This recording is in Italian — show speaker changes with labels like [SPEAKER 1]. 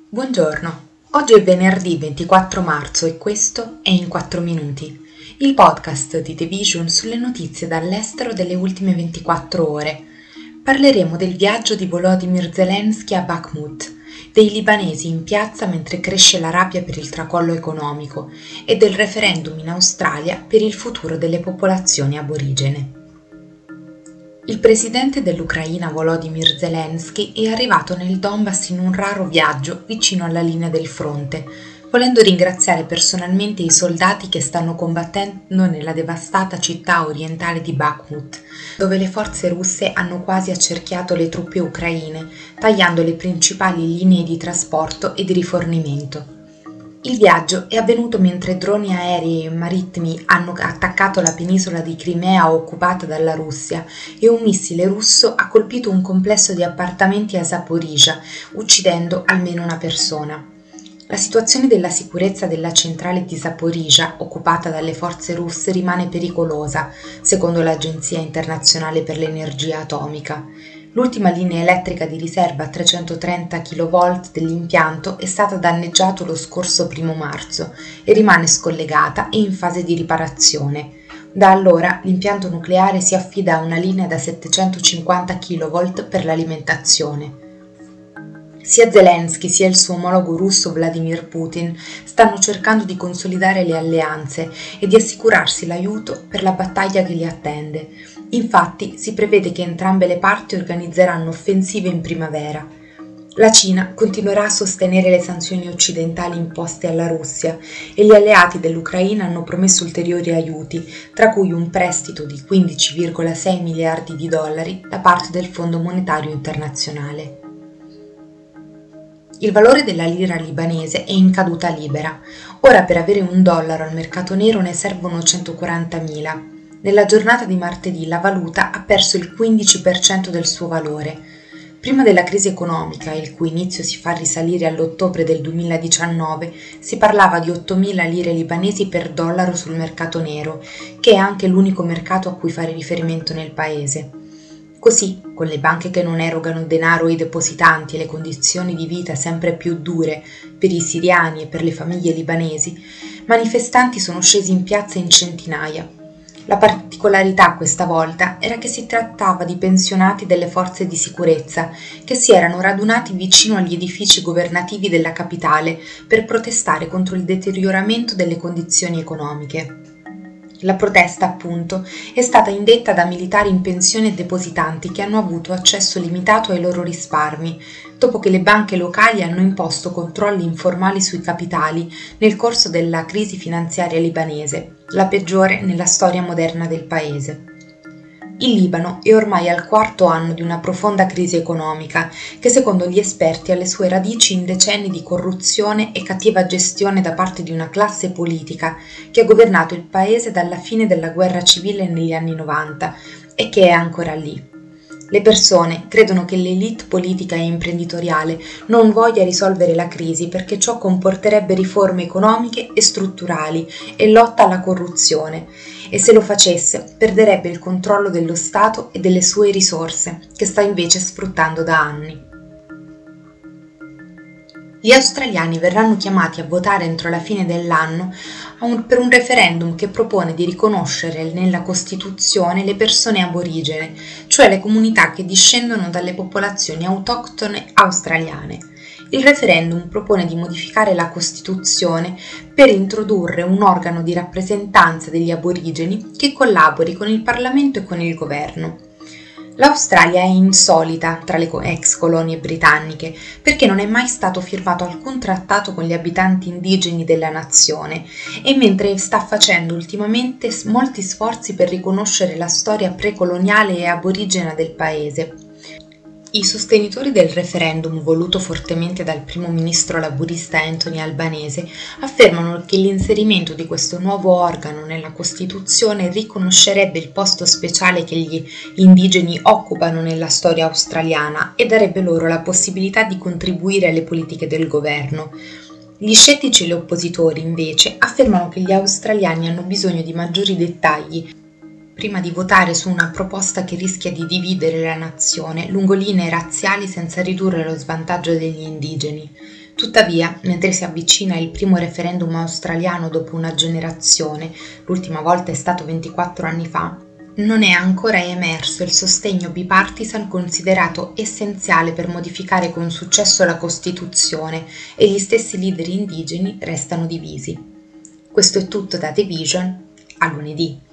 [SPEAKER 1] Buongiorno, oggi è venerdì 24 marzo e questo è In 4 Minuti, il podcast di The Vision sulle notizie dall'estero delle ultime 24 ore. Parleremo del viaggio di Volodymyr Zelensky a Bakhmut, dei libanesi in piazza mentre cresce la rabbia per il tracollo economico e del referendum in Australia per il futuro delle popolazioni aborigene. Il presidente dell'Ucraina Volodymyr Zelensky è arrivato nel Donbass in un raro viaggio vicino alla linea del fronte, volendo ringraziare personalmente i soldati che stanno combattendo nella devastata città orientale di Bakhmut, dove le forze russe hanno quasi accerchiato le truppe ucraine, tagliando le principali linee di trasporto e di rifornimento. Il viaggio è avvenuto mentre droni aerei e marittimi hanno attaccato la penisola di Crimea occupata dalla Russia e un missile russo ha colpito un complesso di appartamenti a Zaporizhzhia, uccidendo almeno una persona. La situazione della sicurezza della centrale di Zaporizhzhia, occupata dalle forze russe, rimane pericolosa, secondo l'Agenzia internazionale per l'energia atomica. L'ultima linea elettrica di riserva a 330 kV dell'impianto è stata danneggiata lo scorso 1 marzo e rimane scollegata e in fase di riparazione. Da allora l'impianto nucleare si affida a una linea da 750 kV per l'alimentazione. Sia Zelensky sia il suo omologo russo Vladimir Putin stanno cercando di consolidare le alleanze e di assicurarsi l'aiuto per la battaglia che li attende. Infatti si prevede che entrambe le parti organizzeranno offensive in primavera. La Cina continuerà a sostenere le sanzioni occidentali imposte alla Russia e gli alleati dell'Ucraina hanno promesso ulteriori aiuti, tra cui un prestito di 15,6 miliardi di dollari da parte del Fondo Monetario Internazionale. Il valore della lira libanese è in caduta libera. Ora per avere $1 al mercato nero ne servono 140.000. Nella giornata di martedì la valuta ha perso il 15% del suo valore. Prima della crisi economica, il cui inizio si fa risalire all'ottobre del 2019, si parlava di 8.000 lire libanesi per dollaro sul mercato nero, che è anche l'unico mercato a cui fare riferimento nel paese. Così, con le banche che non erogano denaro ai depositanti e le condizioni di vita sempre più dure per i siriani e per le famiglie libanesi, manifestanti sono scesi in piazza in centinaia. La particolarità questa volta era che si trattava di pensionati delle forze di sicurezza che si erano radunati vicino agli edifici governativi della capitale per protestare contro il deterioramento delle condizioni economiche. La protesta, appunto, è stata indetta da militari in pensione e depositanti che hanno avuto accesso limitato ai loro risparmi, dopo che le banche locali hanno imposto controlli informali sui capitali nel corso della crisi finanziaria libanese, la peggiore nella storia moderna del paese. Il Libano è ormai al 4º anno di una profonda crisi economica che secondo gli esperti ha le sue radici in decenni di corruzione e cattiva gestione da parte di una classe politica che ha governato il paese dalla fine della guerra civile negli anni 90 e che è ancora lì. Le persone credono che l'élite politica e imprenditoriale non voglia risolvere la crisi perché ciò comporterebbe riforme economiche e strutturali e lotta alla corruzione e se lo facesse perderebbe il controllo dello Stato e delle sue risorse, che sta invece sfruttando da anni. Gli australiani verranno chiamati a votare entro la fine dell'anno per un referendum che propone di riconoscere nella Costituzione le persone aborigene, cioè le comunità che discendono dalle popolazioni autoctone australiane. Il referendum propone di modificare la Costituzione per introdurre un organo di rappresentanza degli aborigeni che collabori con il Parlamento e con il governo. L'Australia è insolita tra le ex colonie britanniche perché non è mai stato firmato alcun trattato con gli abitanti indigeni della nazione e mentre sta facendo ultimamente molti sforzi per riconoscere la storia precoloniale e aborigena del paese. I sostenitori del referendum voluto fortemente dal primo ministro laburista Anthony Albanese affermano che l'inserimento di questo nuovo organo nella Costituzione riconoscerebbe il posto speciale che gli indigeni occupano nella storia australiana e darebbe loro la possibilità di contribuire alle politiche del governo. Gli scettici e gli oppositori, invece, affermano che gli australiani hanno bisogno di maggiori dettagli prima di votare su una proposta che rischia di dividere la nazione lungo linee razziali senza ridurre lo svantaggio degli indigeni. Tuttavia, mentre si avvicina il primo referendum australiano dopo una generazione, l'ultima volta è stato 24 anni fa, non è ancora emerso il sostegno bipartisan considerato essenziale per modificare con successo la Costituzione e gli stessi leader indigeni restano divisi. Questo è tutto da The Vision, a lunedì.